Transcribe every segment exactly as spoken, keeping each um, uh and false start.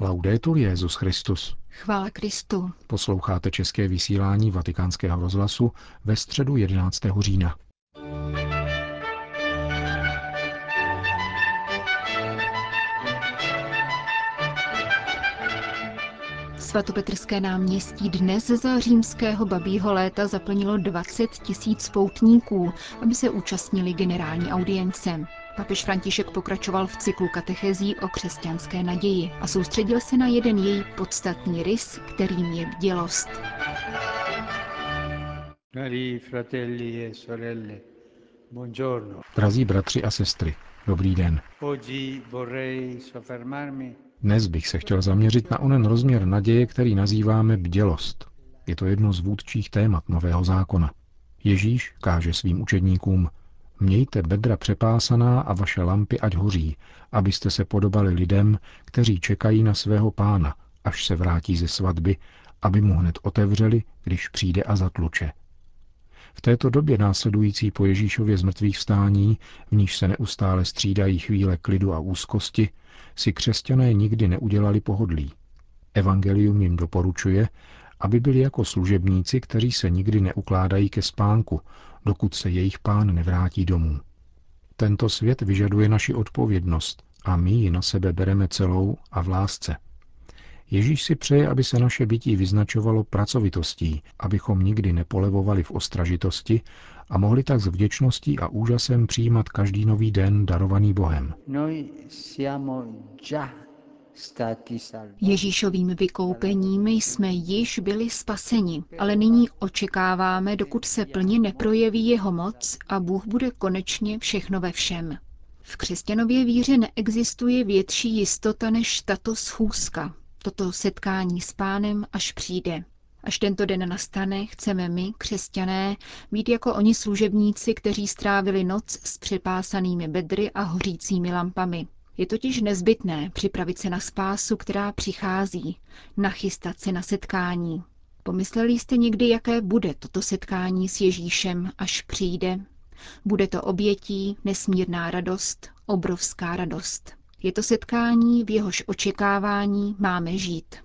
Laudetur Jesus Christus. Chvála Kristu. Posloucháte české vysílání Vatikánského rozhlasu ve středu jedenáctého října. Svatopetrské náměstí dnes za římského babího léta zaplnilo dvacet tisíc poutníků, aby se účastnili generální audience. Papež František pokračoval v cyklu katechezí o křesťanské naději a soustředil se na jeden její podstatný rys, kterým je bdělost. Drazí bratři a sestry, dobrý den. Dnes bych se chtěl zaměřit na onen rozměr naděje, který nazýváme bdělost. Je to jedno z vůdčích témat Nového zákona. Ježíš káže svým učedníkům: mějte bedra přepásaná a vaše lampy ať hoří, abyste se podobali lidem, kteří čekají na svého pána, až se vrátí ze svatby, aby mu hned otevřeli, když přijde a zatluče. V této době následující po Ježíšově zmrtvýchvstání, v níž se neustále střídají chvíle klidu a úzkosti, si křesťané nikdy neudělali pohodlí. Evangelium jim doporučuje, aby byli jako služebníci, kteří se nikdy neukládají ke spánku, dokud se jejich pán nevrátí domů. Tento svět vyžaduje naši odpovědnost a my ji na sebe bereme celou a v lásce. Ježíš si přeje, aby se naše bytí vyznačovalo pracovitostí, abychom nikdy nepolevovali v ostražitosti a mohli tak s vděčností a úžasem přijímat každý nový den darovaný Bohem. Ježíšovým vykoupením jsme již byli spaseni, ale nyní očekáváme, dokud se plně neprojeví jeho moc a Bůh bude konečně všechno ve všem. V křesťanově víře neexistuje větší jistota než tato schůzka, toto setkání s Pánem, až přijde. Až tento den nastane, chceme my, křesťané, být jako oni služebníci, kteří strávili noc s přepásanými bedry a hořícími lampami. Je totiž nezbytné připravit se na spásu, která přichází, nachystat se na setkání. Pomysleli jste někdy, jaké bude toto setkání s Ježíšem, až přijde? Bude to obětí, nesmírná radost, obrovská radost. Je to setkání, v jehož očekávání máme žít.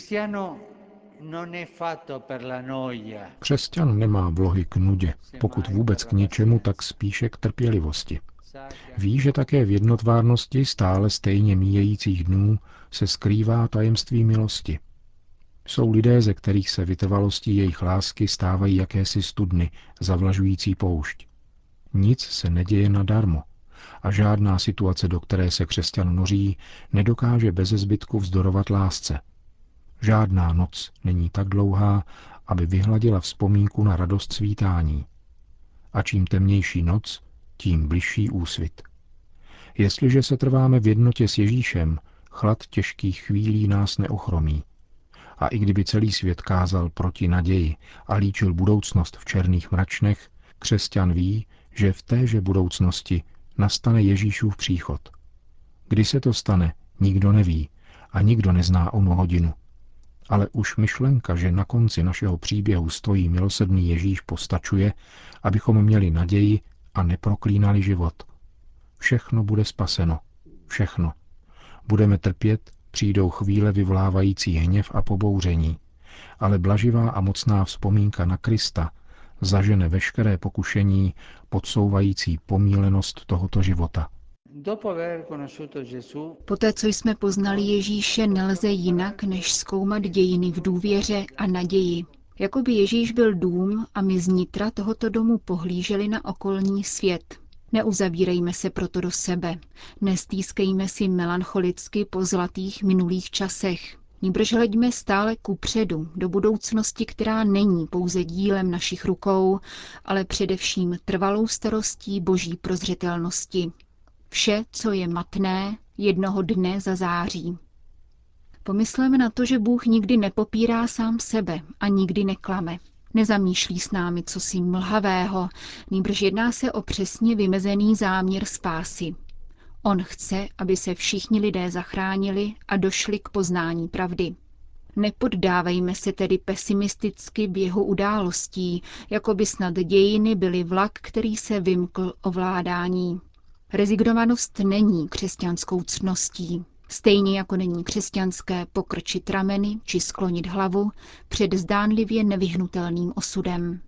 Křesťan nemá vlohy k nudě, pokud vůbec k něčemu, tak spíše k trpělivosti. Ví, že také v jednotvárnosti stále stejně míjejících dnů se skrývá tajemství milosti. Jsou lidé, ze kterých se vytrvalostí jejich lásky stávají jakési studny, zavlažující poušť. Nic se neděje nadarmo a žádná situace, do které se křesťan noří, nedokáže beze zbytku vzdorovat lásce. Žádná noc není tak dlouhá, aby vyhladila vzpomínku na radost svítání. A čím temnější noc, tím bližší úsvit. Jestliže se trváme v jednotě s Ježíšem, chlad těžkých chvílí nás neochromí. A i kdyby celý svět kázal proti naději a líčil budoucnost v černých mračnech, křesťan ví, že v téže budoucnosti nastane Ježíšův příchod. Kdy se to stane, nikdo neví a nikdo nezná onu hodinu. Ale už myšlenka, že na konci našeho příběhu stojí milosrdný Ježíš, postačuje, abychom měli naději a neproklínali život. Všechno bude spaseno. Všechno. Budeme trpět, přijdou chvíle vyvolávající hněv a pobouření, ale blaživá a mocná vzpomínka na Krista zažene veškeré pokušení podsouvající pomílenost tohoto života. Poté, co jsme poznali Ježíše, nelze jinak, než zkoumat dějiny v důvěře a naději. Jakoby Ježíš byl dům a my znitra tohoto domu pohlíželi na okolní svět. Neuzavírejme se proto do sebe, nestýskejme si melancholicky po zlatých minulých časech. Nýbrž hleďme stále kupředu, do budoucnosti, která není pouze dílem našich rukou, ale především trvalou starostí Boží prozřetelnosti. Vše, co je matné, jednoho dne zazáří. Pomysleme na to, že Bůh nikdy nepopírá sám sebe a nikdy neklame. Nezamýšlí s námi cosi mlhavého, nýbrž jedná se o přesně vymezený záměr spásy. On chce, aby se všichni lidé zachránili a došli k poznání pravdy. Nepoddávejme se tedy pesimisticky běhu událostí, jako by snad dějiny byly vlak, který se vymkl ovládání. Rezignovanost není křesťanskou ctností. Stejně jako není křesťanské pokrčit rameny či sklonit hlavu před zdánlivě nevyhnutelným osudem.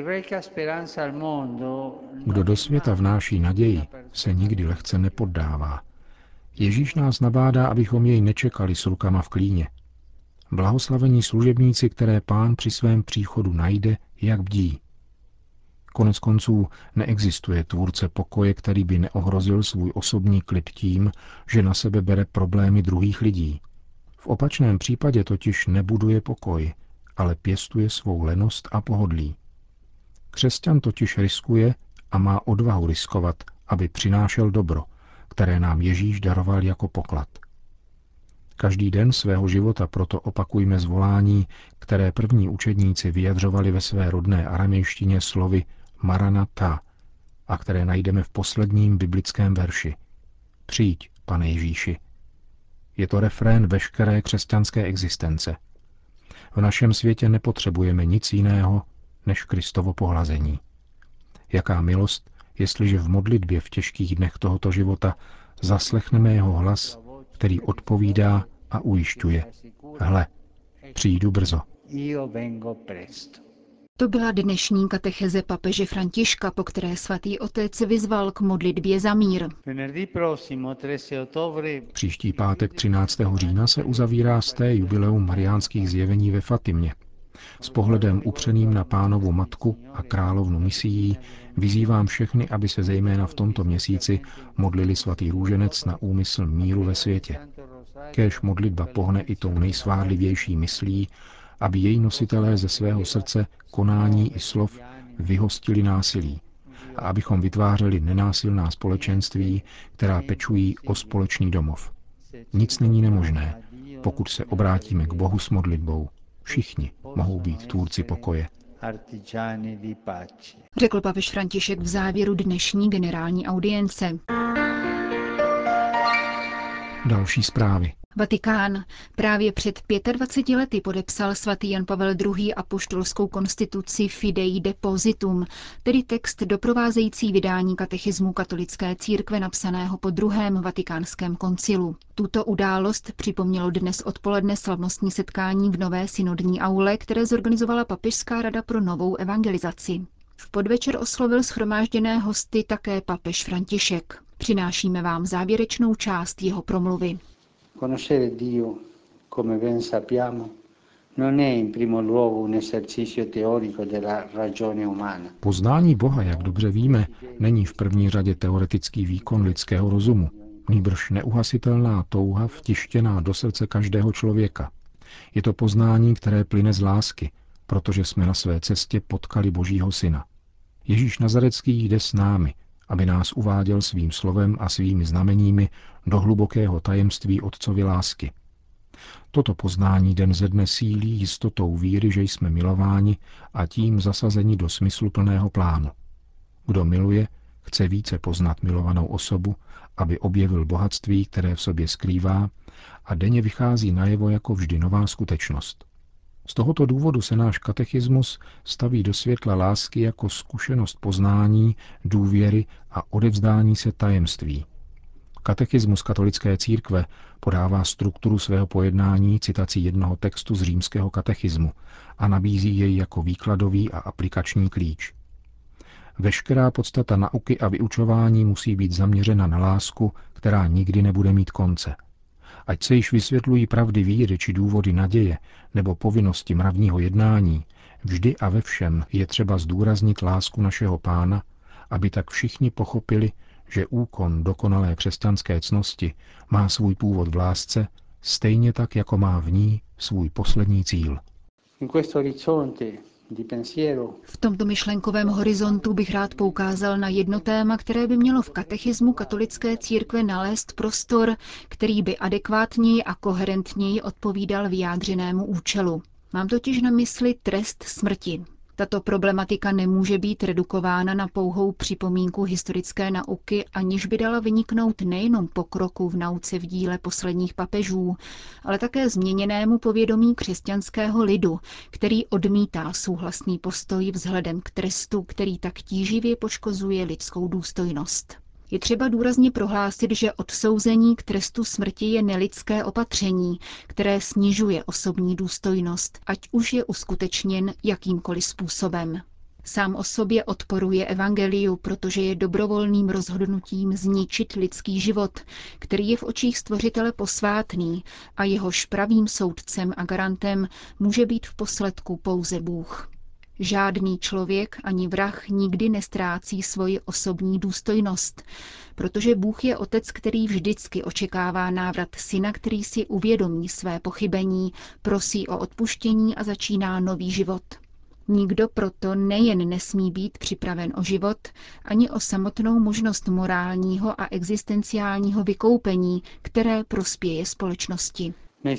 Kdo do světa vnáší naději, se nikdy lehce nepoddává. Ježíš nás nabádá, abychom jej nečekali s rukama v klíně. Blahoslavení služebníci, které Pán při svém příchodu najde, jak bdí. Konec konců neexistuje tvůrce pokoje, který by neohrozil svůj osobní klid tím, že na sebe bere problémy druhých lidí. V opačném případě totiž nebuduje pokoj, ale pěstuje svou lenost a pohodlí. Křesťan totiž riskuje a má odvahu riskovat, aby přinášel dobro, které nám Ježíš daroval jako poklad. Každý den svého života proto opakujme zvolání, které první učedníci vyjadřovali ve své rodné aramejštině slovy Maranatha a které najdeme v posledním biblickém verši. Přijď, Pane Ježíši. Je to refrén veškeré křesťanské existence. V našem světě nepotřebujeme nic jiného než Kristovo pohlazení. Jaká milost, jestliže v modlitbě v těžkých dnech tohoto života zaslechneme jeho hlas, který odpovídá a ujišťuje. Hle, přijdu brzo. To byla dnešní katecheze papeže Františka, po které svatý otec vyzval k modlitbě za mír. Příští pátek třináctého října se uzavírá sté jubileum mariánských zjevení ve Fatimě. S pohledem upřeným na Pánovu matku a královnu misií vyzývám všechny, aby se zejména v tomto měsíci modlili svatý růženec na úmysl míru ve světě. Kéž modlitba pohne i tou nejsvárlivější myslí, aby její nositelé ze svého srdce, konání i slov vyhostili násilí a abychom vytvářeli nenásilná společenství, která pečují o společný domov. Nic není nemožné, pokud se obrátíme k Bohu s modlitbou. Všichni mohou být tvůrci pokoje. Řekl papež František v závěru dnešní generální audience. Další zprávy. Vatikán. Právě před dvaceti pěti lety podepsal svatý Jan Pavel druhý. apoštolskou konstituci Fidei Depositum, tedy text doprovázející vydání katechismu katolické církve napsaného po druhém vatikánském koncilu. Tuto událost připomnělo dnes odpoledne slavnostní setkání v nové synodní aule, které zorganizovala Papežská rada pro novou evangelizaci. V podvečer oslovil shromážděné hosty také papež František. Přinášíme vám závěrečnou část jeho promluvy. Conoscere Dio, come ben sappiamo, non è in primo luogo un esercizio teorico della ragione umana. Poznání Boha, jak dobře víme, není v první řadě teoretický výkon lidského rozumu, nýbrž neuhasitelná touha vtištěná do srdce každého člověka. Je to poznání, které plyne z lásky, protože jsme na své cestě potkali Božího Syna. Ježíš Nazarecký jde s námi, aby nás uváděl svým slovem a svými znameními do hlubokého tajemství Otcovy lásky. Toto poznání den ze dne sílí jistotou víry, že jsme milováni a tím zasazeni do smysluplného plánu. Kdo miluje, chce více poznat milovanou osobu, aby objevil bohatství, které v sobě skrývá, a denně vychází najevo jako vždy nová skutečnost. Z tohoto důvodu se náš katechismus staví do světla lásky jako zkušenost poznání, důvěry a odevzdání se tajemství. Katechismus katolické církve podává strukturu svého pojednání citací jednoho textu z římského katechismu a nabízí jej jako výkladový a aplikační klíč. Veškerá podstata nauky a vyučování musí být zaměřena na lásku, která nikdy nebude mít konce. Ať se již vysvětlují pravdy víry či důvody naděje nebo povinnosti mravního jednání, vždy a ve všem je třeba zdůraznit lásku našeho Pána, aby tak všichni pochopili, že úkon dokonalé křesťanské ctnosti má svůj původ v lásce, stejně tak, jako má v ní svůj poslední cíl. V tomto myšlenkovém horizontu bych rád poukázal na jedno téma, které by mělo v katechismu katolické církve nalézt prostor, který by adekvátněji a koherentněji odpovídal vyjádřenému účelu. Mám totiž na mysli trest smrti. Tato problematika nemůže být redukována na pouhou připomínku historické nauky, aniž by dala vyniknout nejenom pokroku v nauce v díle posledních papežů, ale také změněnému povědomí křesťanského lidu, který odmítá souhlasný postoj vzhledem k trestu, který tak tíživě poškozuje lidskou důstojnost. Je třeba důrazně prohlásit, že odsouzení k trestu smrti je nelidské opatření, které snižuje osobní důstojnost, ať už je uskutečněn jakýmkoliv způsobem. Sám o sobě odporuje evangeliu, protože je dobrovolným rozhodnutím zničit lidský život, který je v očích Stvořitele posvátný a jehož pravým soudcem a garantem může být v posledku pouze Bůh. Žádný člověk ani vrah nikdy nestrácí svoji osobní důstojnost, protože Bůh je otec, který vždycky očekává návrat syna, který si uvědomí své pochybení, prosí o odpuštění a začíná nový život. Nikdo proto nejen nesmí být připraven o život, ani o samotnou možnost morálního a existenciálního vykoupení, které prospěje společnosti.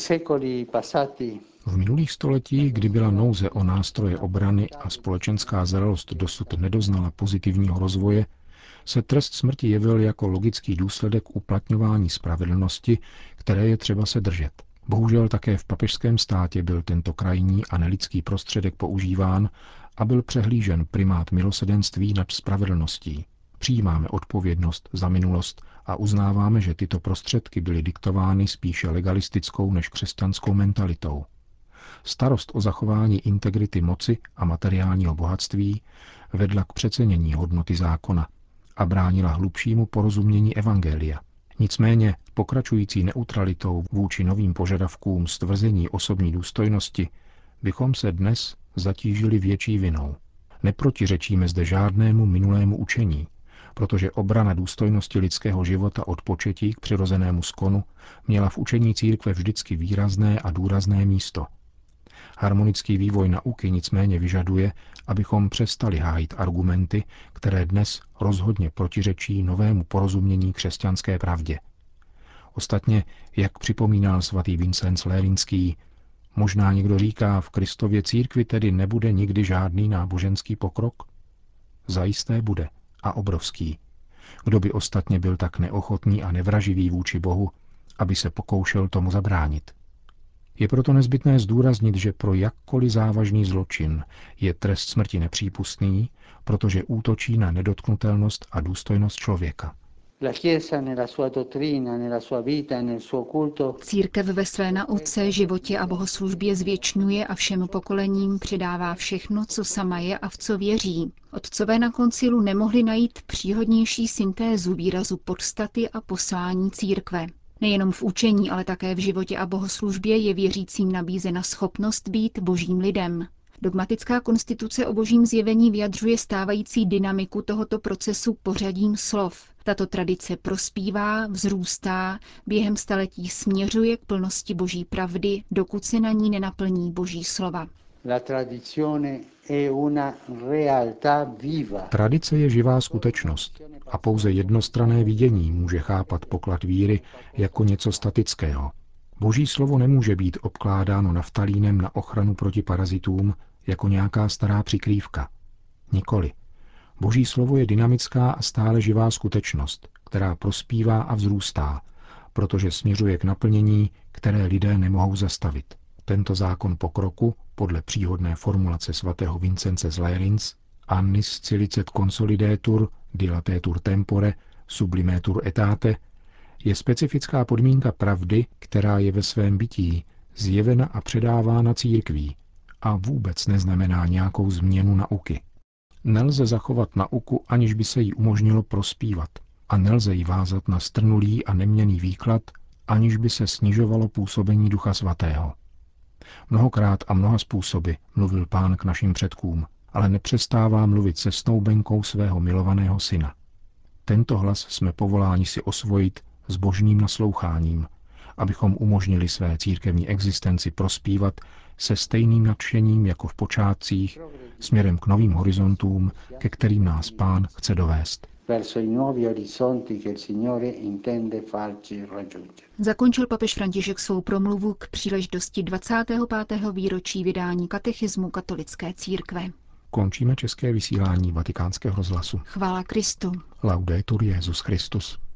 V minulých stoletích, kdy byla nouze o nástroje obrany a společenská zralost dosud nedoznala pozitivního rozvoje, se trest smrti jevil jako logický důsledek uplatňování spravedlnosti, které je třeba se držet. Bohužel také v papežském státě byl tento krajní a nelidský prostředek používán a byl přehlížen primát milosedenství nad spravedlností. Přijímáme odpovědnost za minulost a uznáváme, že tyto prostředky byly diktovány spíše legalistickou než křesťanskou mentalitou. Starost o zachování integrity moci a materiálního bohatství vedla k přecenění hodnoty zákona a bránila hlubšímu porozumění evangelia. Nicméně pokračující neutralitou vůči novým požadavkům stvrzení osobní důstojnosti bychom se dnes zatížili větší vinou. Neprotiřečíme zde žádnému minulému učení, protože obrana důstojnosti lidského života od početí k přirozenému skonu měla v učení církve vždycky výrazné a důrazné místo. Harmonický vývoj nauky nicméně vyžaduje, abychom přestali hájit argumenty, které dnes rozhodně protiřečí novému porozumění křesťanské pravdě. Ostatně, jak připomínal svatý Vincenc Lérínský, možná někdo říká, v Kristově církvi tedy nebude nikdy žádný náboženský pokrok? Zajisté bude, a obrovský. Kdo by ostatně byl tak neochotný a nevraživý vůči Bohu, aby se pokoušel tomu zabránit? Je proto nezbytné zdůraznit, že pro jakkoliv závažný zločin je trest smrti nepřípustný, protože útočí na nedotknutelnost a důstojnost člověka. Církev ve své nauce, životě a bohoslužbě zvěčňuje a všem pokolením předává všechno, co sama je a v co věří. Otcové na koncilu nemohli najít příhodnější syntézu výrazu podstaty a poslání církve. Nejenom v učení, ale také v životě a bohoslužbě je věřícím nabízena schopnost být božím lidem. Dogmatická konstituce o božím zjevení vyjadřuje stávající dynamiku tohoto procesu pořadím slov. Tato tradice prospívá, vzrůstá, během staletí směřuje k plnosti boží pravdy, dokud se na ní nenaplní boží slova. Tradice je živá skutečnost a pouze jednostranné vidění může chápat poklad víry jako něco statického. Boží slovo nemůže být obkládáno naftalínem na ochranu proti parazitům jako nějaká stará přikrývka. Nikoli. Boží slovo je dynamická a stále živá skutečnost, která prospívá a vzrůstá, protože směřuje k naplnění, které lidé nemohou zastavit. Tento zákon pokroku, podle příhodné formulace svatého Vincence z Lérins, annis cilicet consolidetur, dilatetur tempore, sublimetur etate, je specifická podmínka pravdy, která je ve svém bytí zjevena a předávána církví a vůbec neznamená nějakou změnu nauky. Nelze zachovat nauku, aniž by se jí umožnilo prospívat, a nelze ji vázat na strnulý a neměnný výklad, aniž by se snižovalo působení Ducha Svatého. Mnohokrát a mnoha způsoby mluvil Pán k našim předkům, ale nepřestává mluvit se snoubenkou svého milovaného syna. Tento hlas jsme povoláni si osvojit s božným nasloucháním, abychom umožnili své církevní existenci prospívat se stejným nadšením jako v počátcích, směrem k novým horizontům, ke kterým nás Pán chce dovést. Zakončil papež František svou promluvu k příležitosti dvacátého pátého výročí vydání katechismu katolické církve. Končíme české vysílání Vatikánského rozhlasu. Chvála Kristu. Laudetur Jesus Christus.